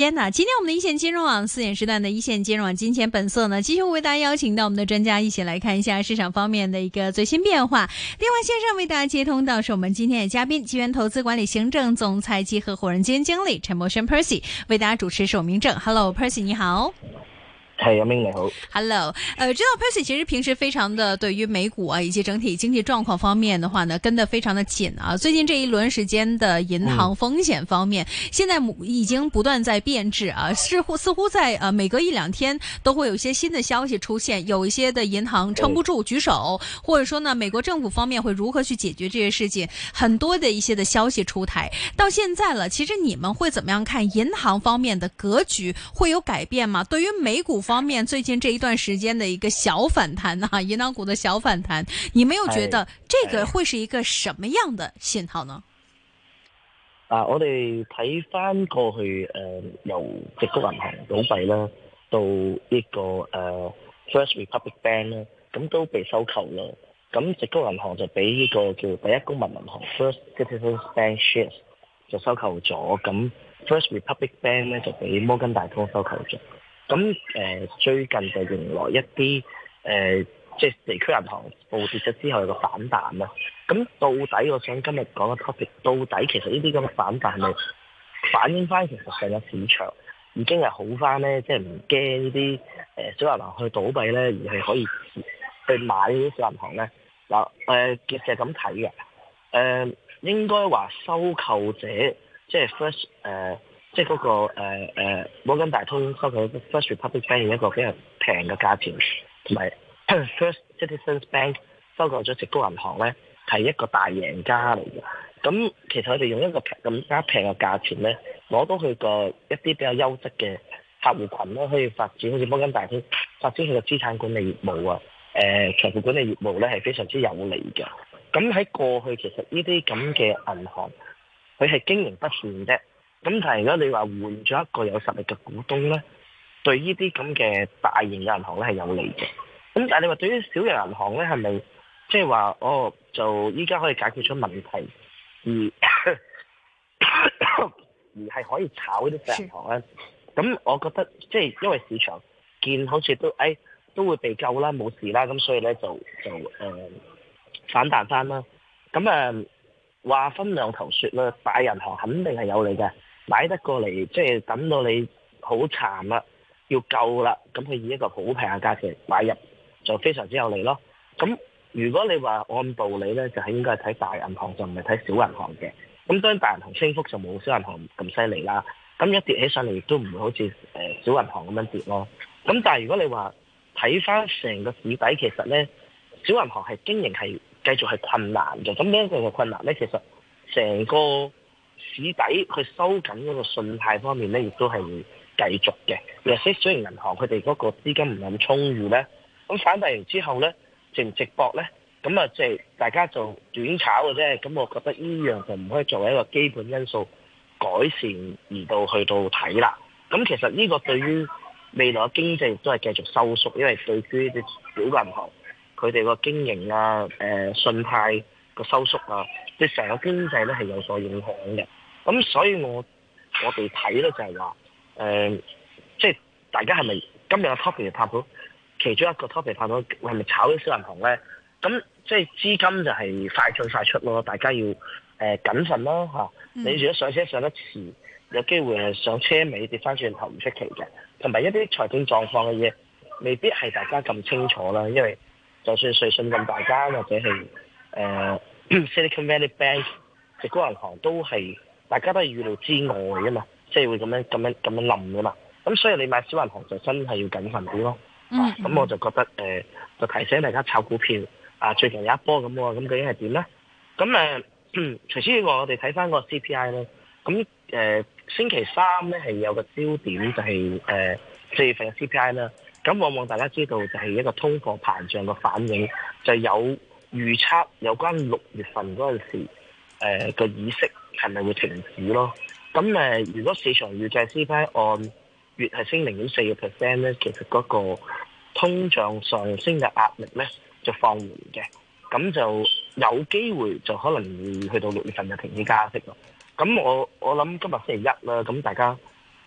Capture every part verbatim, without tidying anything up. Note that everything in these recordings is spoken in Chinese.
间呢，今天我们的一线金融网四点时段的一线金融网金钱本色呢，继续为大家邀请到我们的专家一起来看一下市场方面的一个最新变化。电话线上为大家接通到是我们今天的嘉宾，基源投资管理行政总裁及合伙人兼经理陈柏轩 Percy， 为大家主持首名正。Hello Percy， 你好。 係阿明你好 ，Hello， 呃，知道 Percy 其实平时非常的对于美股啊以及整体经济状况方面的话呢，跟得非常的紧啊。最近这一轮时间的银行风险方面，嗯、现在已经不断在变质啊，似乎似乎在呃每隔一两天都会有一些新的消息出现，有一些的银行撑不住举手，或者说呢，美国政府方面会如何去解决这些事情，很多的一些的消息出台。到现在了，其实你们会怎么样看银行方面的格局会有改变吗？对于美股方面最近这一段时间的一个小反弹啊，银行股的小反弹，你们又觉得这个会是一个什么样的信號呢？ 啊，我哋睇翻過去誒、呃、由矽谷銀行倒閉啦，到呢、這個誒、呃、First Republic Bank 啦，咁都被收購啦。咁矽谷銀行就俾呢個叫第一公民銀行 First Citizens Bank Shares 就收購咗，咁 First Republic Bank 咧就俾摩根大通收購咗。咁誒、呃、最近就迎來一啲誒、呃、即係地區銀行暴跌咗之後有個反彈啦。咁到底我想今日講嘅 topic， 到底其實呢啲咁嘅反彈係咪反映翻其實成個市場已經係好翻咧？即係唔驚呢啲誒小銀行去倒閉咧，而係可以去買呢啲小銀行咧？嗱、呃、誒，其實係咁睇嘅。誒、呃、應該話收購者即係 first 誒、呃。即係、那、嗰個誒誒摩根大通收購 First Republic Bank 一個比較平嘅價錢，同埋 First Citizens Bank 收購咗矽谷銀行咧，係一個大贏家嚟嘅。咁其實佢哋用一個平咁加平嘅價錢咧，攞到佢個一啲比較優質嘅客戶群咧，可以發展好似摩根大通發展佢嘅資產管理業務啊，誒財富管理業務咧係非常之有利嘅。咁喺過去其實呢啲咁嘅銀行，佢係經營不善啫。咁但係如果你話換咗一個有實力嘅股東咧，對呢啲咁嘅大型嘅銀行咧係有利嘅。咁但係你話對於小型銀行咧係咪即係話哦就依家可以解決咗問題，而而係可以炒呢啲小銀行咧？咁我覺得即係因為市場見好似都誒、哎、都會被救啦，冇事啦，咁所以咧就就誒、呃、反彈翻啦。咁誒、呃、話分兩頭説啦，大銀行肯定係有利嘅。買得過嚟，即係等到你好殘啦，要救啦，咁佢以一個好平嘅價錢買入，就非常之有利咯。咁如果你話按道理咧，就係應該係睇大銀行，就唔係睇小銀行嘅。咁當然大銀行升幅就冇小銀行咁犀利啦。咁一跌起上嚟亦都唔會好似誒小銀行咁樣跌咯。咁但係如果你話睇翻成個市底，其實咧小銀行係經營係繼續係困難嘅。咁呢一個嘅困難咧，其實成個市底佢收緊嗰個信貸方面咧，亦都係會繼續嘅。尤其是小型銀行佢哋嗰個資金唔係咁充裕咧，咁反彈完之後咧，值唔值博咧？咁啊，即係大家就短炒嘅啫。咁我覺得呢樣就唔可以作為一個基本因素改善而到去到睇啦。咁其實呢個對於未來嘅經濟亦都係繼續收縮，因為對於啲小銀行佢哋個經營啊、誒、呃、信貸個收縮啊，對成個經濟咧係有所影響嘅。咁所以我我哋睇咧就係話，誒、呃，即係大家係咪今日嘅 topic 探討其中一個 topic 探討係咪炒啲小銀行咧？咁即係資金就係快進快出咯，大家要誒、呃、謹慎咯嚇。你如果上車上得遲，有機會係上車尾跌翻轉頭唔出奇嘅。同埋一啲財政狀況嘅嘢，未必係大家咁清楚啦。因為就算瑞信咁大間，或者係誒、呃、Silicon Valley Bank 矽谷銀行都係。大家都係預料之外嘅嘛，即係會咁樣咁樣咁樣冧嘅嘛。咁所以你買小銀行就真係要謹慎啲咯。嗯。咁、啊、我就覺得誒、呃，就提醒大家炒股票啊，最近有一波咁喎，咁究竟係點咧？咁誒、呃，除此之外，我哋睇翻個 C P I 咧。咁誒、呃，星期三咧係有個焦點就係誒四月份嘅 C P I 啦。咁往往大家知道就係一個通貨膨脹嘅反應，就有預測有關六月份嗰陣時誒個議息。係咪會停止咯？咁誒、呃，如果市場預計 C P I 按月係升零點四個 percent 咧，其實嗰個通脹上升嘅壓力咧就放緩嘅，咁就有機會就可能會去到六月份就停止加息咯。咁我我諗今日星期一啦，咁大家誒、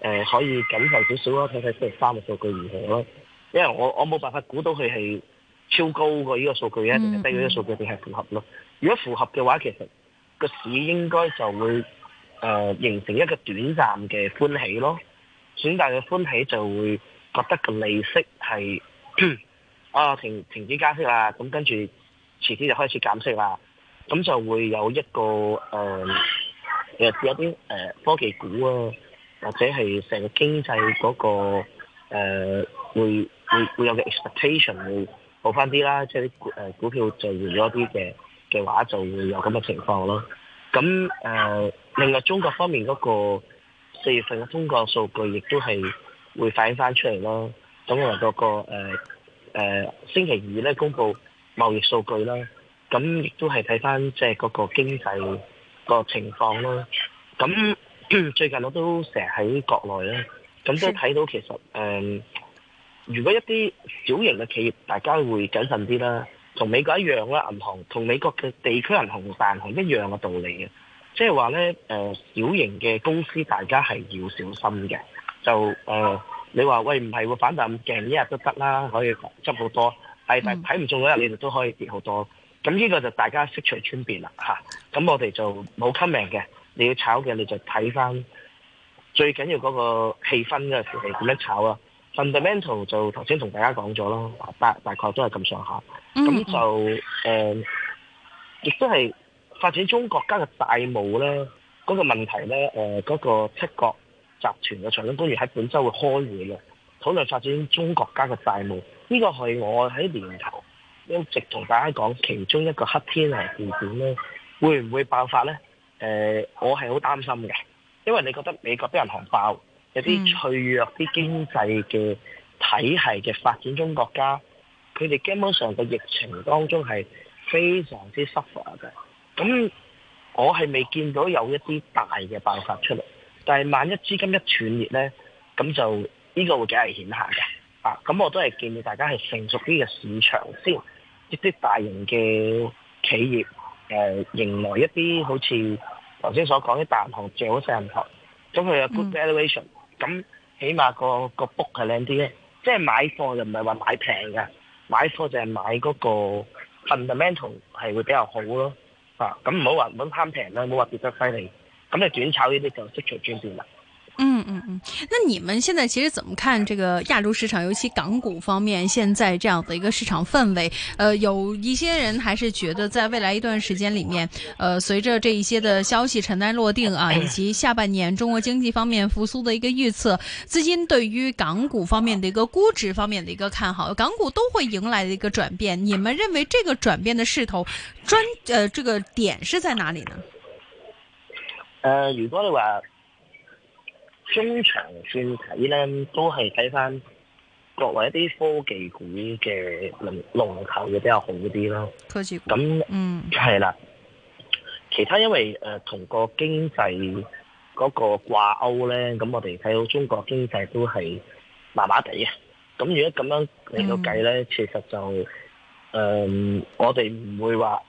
呃、可以謹慎少少咯，睇睇星期三嘅數據如何咯。因為我我冇辦法估到佢係超高過呢個數據啊，定係低過呢個數據，定係符合咯。如果符合嘅話，其實個市應該就會誒、呃、形成一個短暫嘅歡喜咯。短暫嘅歡喜就會覺得個利息係啊停停止加息啦，咁跟住遲啲就開始減息啦，咁就會有一個誒、呃、有啲誒、呃、科技股啊，或者係成個經濟嗰、那個誒、呃、會會會有嘅 expectation 會好翻啲啦，即係啲誒股票就回咗啲嘅嘅話，就會有咁嘅情況咯。咁誒、呃、另外中國方面嗰個四月份嘅通脹數據亦都係會反映翻出嚟咯。咁我哋嗰個誒、呃呃、星期二咧公佈貿易數據啦，咁亦都係睇翻即係嗰個經濟個情況咯。咁最近我都成日喺國內咧，咁都睇到其實誒、呃，如果一啲小型嘅企業，大家會謹慎啲啦，同美國一樣啦，銀行同美國嘅地區銀行同大銀行一樣嘅道理嘅，即係話咧誒，小型嘅公司大家係要小心嘅，就誒。呃你話喂唔係喎，反彈咁勁，一日都得啦，可以執好多。係但係睇唔中嗰日，你哋都可以跌好多。咁呢個就大家悉隨尊便啦嚇。咁我哋就冇 comment 嘅，你要炒嘅你就睇翻最緊要嗰個氣氛嗰陣時係點樣炒啊。Fundamental 就頭先同大家講咗咯，大大概都係咁上下。咁就誒，亦、呃、都係發展中國家嘅債務咧，嗰、那個問題咧，誒、呃、嗰、那個七國集團嘅財長官員喺本週會開會嘅，討論發展中國家嘅債務。呢個係我喺年頭一直同大家講其中一個黑天鵝事件咧，會唔會爆發咧？誒、呃，我係好擔心嘅，因為你覺得美國啲銀行爆，有啲脆弱啲經濟嘅體系嘅發展中國家，佢哋基本上嘅疫情當中係非常之 suffer 嘅。咁我係未見到有一啲大嘅爆發出嚟。但係萬一資金一斷裂咧，咁就呢、這個會幾危險下嘅啊！咁我都係建議大家係成熟啲嘅市場先，一啲大型嘅企業誒、呃、迎來一啲好似頭先所講啲大銀行借好細銀行，咁佢有 good valuation，咁、嗯、起碼個個 book 係靚啲咧。即係買貨又唔係話買平嘅，買貨就係買嗰個 fundamental 係會比較好咯啊！咁唔好話唔好貪平啦，唔好話跌得犀利。咁你短炒呢啲就悉隨尊便啦。 嗯嗯嗯，那你們現在其實怎麼看這個亞洲市場，尤其港股方面，現在這樣的一個市場氛圍？呃，有一些人還是覺得在未來一段時間裏面，呃，隨着這一些的消息塵埃落定啊，以及下半年中國經濟方面復甦的一個預測，資金對於港股方面的一個估值方面的一個看好，港股都會迎來的一個轉變。你們認為這個轉變的勢頭專，呃，這個點是在哪裏呢？ 誒、呃，如果你話中長線睇咧，都係睇翻國內一啲科技股嘅龍龍頭嘅比較好啲咯。 科技股咁，嗯，係啦。其他因為誒同、呃、個經濟嗰個掛鈎咧，咁我哋睇到中國經濟都係麻麻地嘅。咁如果咁樣嚟到計咧，嗯、其實就誒、呃、我哋唔會話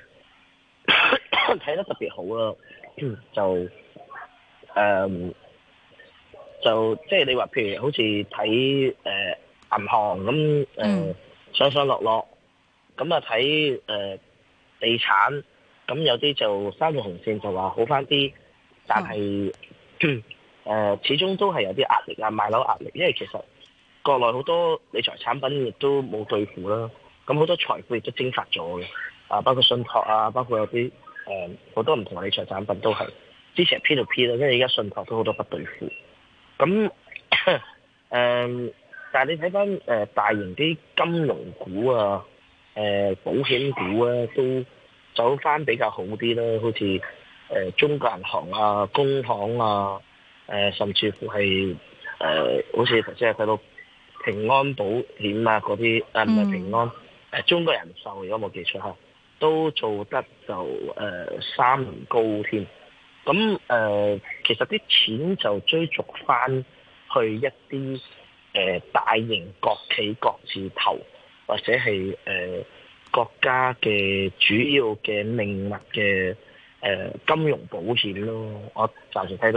睇得特別好咯。就誒、嗯、就即係你話譬如好似睇誒銀行咁誒、呃、上上落落，咁啊睇誒地產，咁有啲就三條紅線就話好翻啲，但係誒、嗯呃、始終都係有啲壓力啊，賣樓壓力，因為其實國內好多理財產品亦都冇兌付啦，咁好多財富亦都蒸發咗嘅，啊包括信託啊，包括有啲。誒好多唔同嘅理財產品都係之前 P to P 啦，因為而家信託都好多不兌付。咁誒、呃，但係你睇翻誒大型啲金融股啊、誒、呃、保險股啊，都走翻比較好啲啦，好似誒、呃、中國銀行啊、工行啊，誒、呃、甚至乎係誒、呃、好似頭先係睇到平安保險啊嗰啲，誒唔係平安誒、呃、中國人壽，如果冇記錯嚇。都做得就誒、呃、三年高添，咁誒、呃、其實啲錢就追逐翻去一啲誒、呃、大型國企國字頭，或者係誒、呃、國家嘅主要嘅命脈嘅誒金融保險咯。我暫時睇到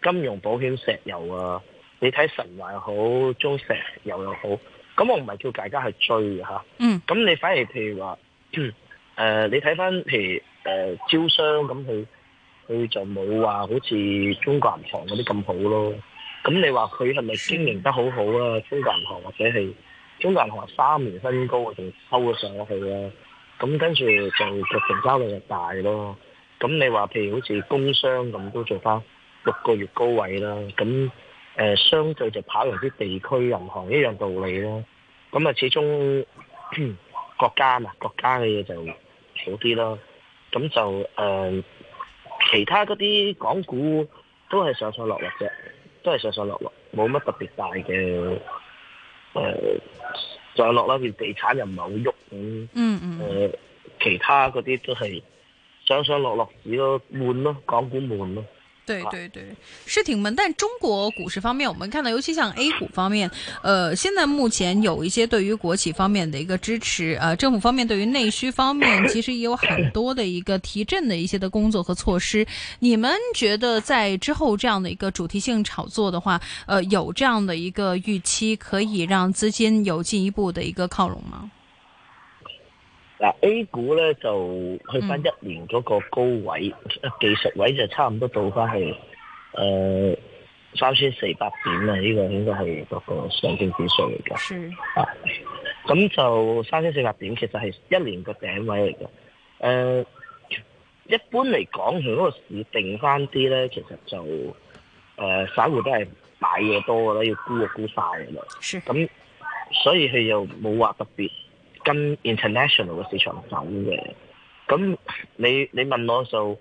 金融、保險、石油啊，你睇神華又好，中石油又好，咁我唔係叫大家去追嘅嚇。 嗯。 咁你反而譬如話，誒、呃、你睇翻譬如誒、呃、招商咁佢佢就冇話好似中國銀行嗰啲咁好咯。咁你話佢係咪經營得好好啊？中國銀行或者係中國銀行三年新高，仲抽咗上去啊？咁跟住就個成交量就大咯。咁你話譬如好似工商咁都做翻六個月高位啦。咁誒、呃、相對就跑贏啲地區銀行一樣道理啦。咁啊始終國家嘛，國家嘅嘢就好啲啦。咁就誒、呃、其他嗰啲港股都係上上落落啫。都係上上落落，冇乜特別大嘅誒、呃、上落啦。譬如地產又唔係好喐咁，嗯嗯，誒、呃、其他嗰啲都係上上落落市咯，悶咯，港股悶咯。 對對對，是挺悶。但中國股市方面，我們看到，尤其像 A 股方面，呃，現在目前有一些對於國企方面的一個支持，呃，政府方面對於內需方面，其實也有很多的一個提振的一些的工作和措施。你們覺得在之後這樣的一個主題性炒作的話，呃，有這樣的一個預期，可以讓資金有進一步的一個靠攏嗎？ 嗱 A 股咧就去翻一年嗰個高位，嗯、技術位就差唔多到翻係誒三千四百點啦，呢、這個應該係嗰個上證指數嚟㗎。是啊，咁就三千四百點其實係一年個頂位嚟嘅。誒、呃，一般嚟講，佢嗰個市定翻啲咧，其實就誒、呃、散戶都係買嘢多㗎啦，要沽就沽晒㗎啦。是咁，所以佢又冇話特別跟 international 嘅市場走嘅，咁你你問我就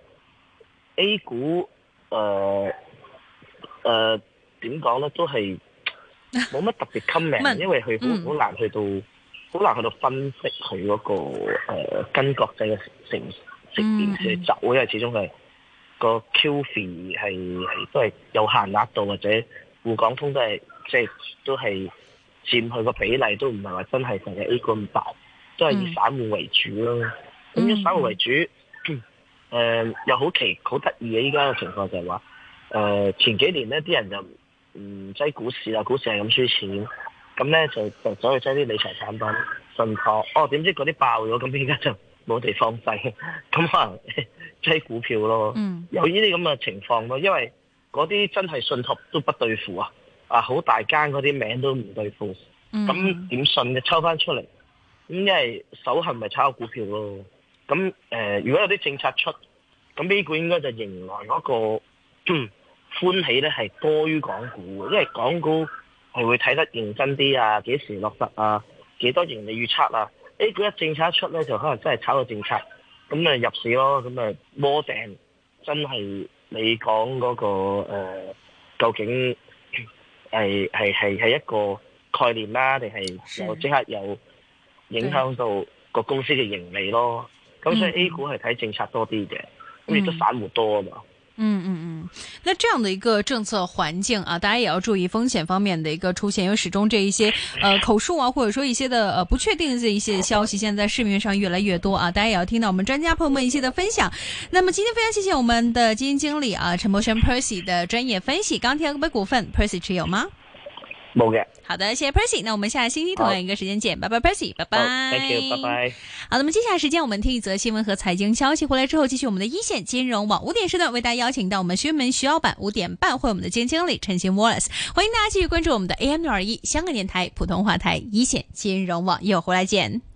A 股誒誒點講咧，都係冇乜特別 comment，因為佢好好難去到好難去到分析佢嗰、嗰個誒、呃、跟國際嘅成成件事走，因為始終係個 Q 費係係都係有限額度，或者滬港通都係即係都係。佔佢個比例都唔係話真係成日 A 股咁大，都係以散戶為主咯。咁、嗯、以散戶為主，誒、呃、又好奇好得意嘅依家嘅情況就係話，誒、呃、前幾年咧啲人就唔擠股市啦，股市係咁輸錢，咁咧就就走去擠啲理財產品、信託。哦，點知嗰啲爆咗，咁依家就冇地方擠，咁可能擠股票咯。嗯、有呢啲咁嘅情況咯，因為嗰啲真係信託都不對付啊。啊！好大間嗰啲名都唔對付，咁點信嘅抽翻出嚟？咁因為手痕咪炒股票咯。咁誒、呃，如果有啲政策出，咁 A 股應該就迎來嗰、那個、嗯、歡喜咧，係多於港股，因為港股係會睇得認真啲啊，幾時落實啊，幾多盈利預測啊。A 股一政策一出咧，就可能真係炒到政策，咁咪入市咯。咁咪摸定真係你講嗰、那個、呃、究竟？係係係係一個概念啦，定係有即刻有影響到個公司嘅盈利咯。咁所以 A 股係睇政策多啲嘅，咁亦都散戶多啊嘛。 嗯嗯嗯，那這樣的一個政策環境啊，大家也要注意風險方面的一個出現，因為始終這一些呃口述啊，或者說一些的呃不確定的一些消息，現在市面上越來越多啊，大家也要聽到我們專家朋友們一些的分享。那麼今天非常謝謝我們的基金經理啊陳柏軒 Percy 的專業分析。鋼鐵股份 Percy 持有嗎？ 冇嘅。 好的，謝謝 Percy。那我們下星期同樣一個時間見，拜拜 Percy，拜拜。 Thank you，拜拜。 好，那麼接下來時間我們聽一則新聞和財經消息，回來之後繼續我們的一線金融網五點時段，為大家邀請到我們徐門徐老闆五點半會我們的基金經理陳昕 Wallace， 歡迎大家繼續關注我們的 A M 六二一香港電台普通話台一線金融網，一會兒回來見。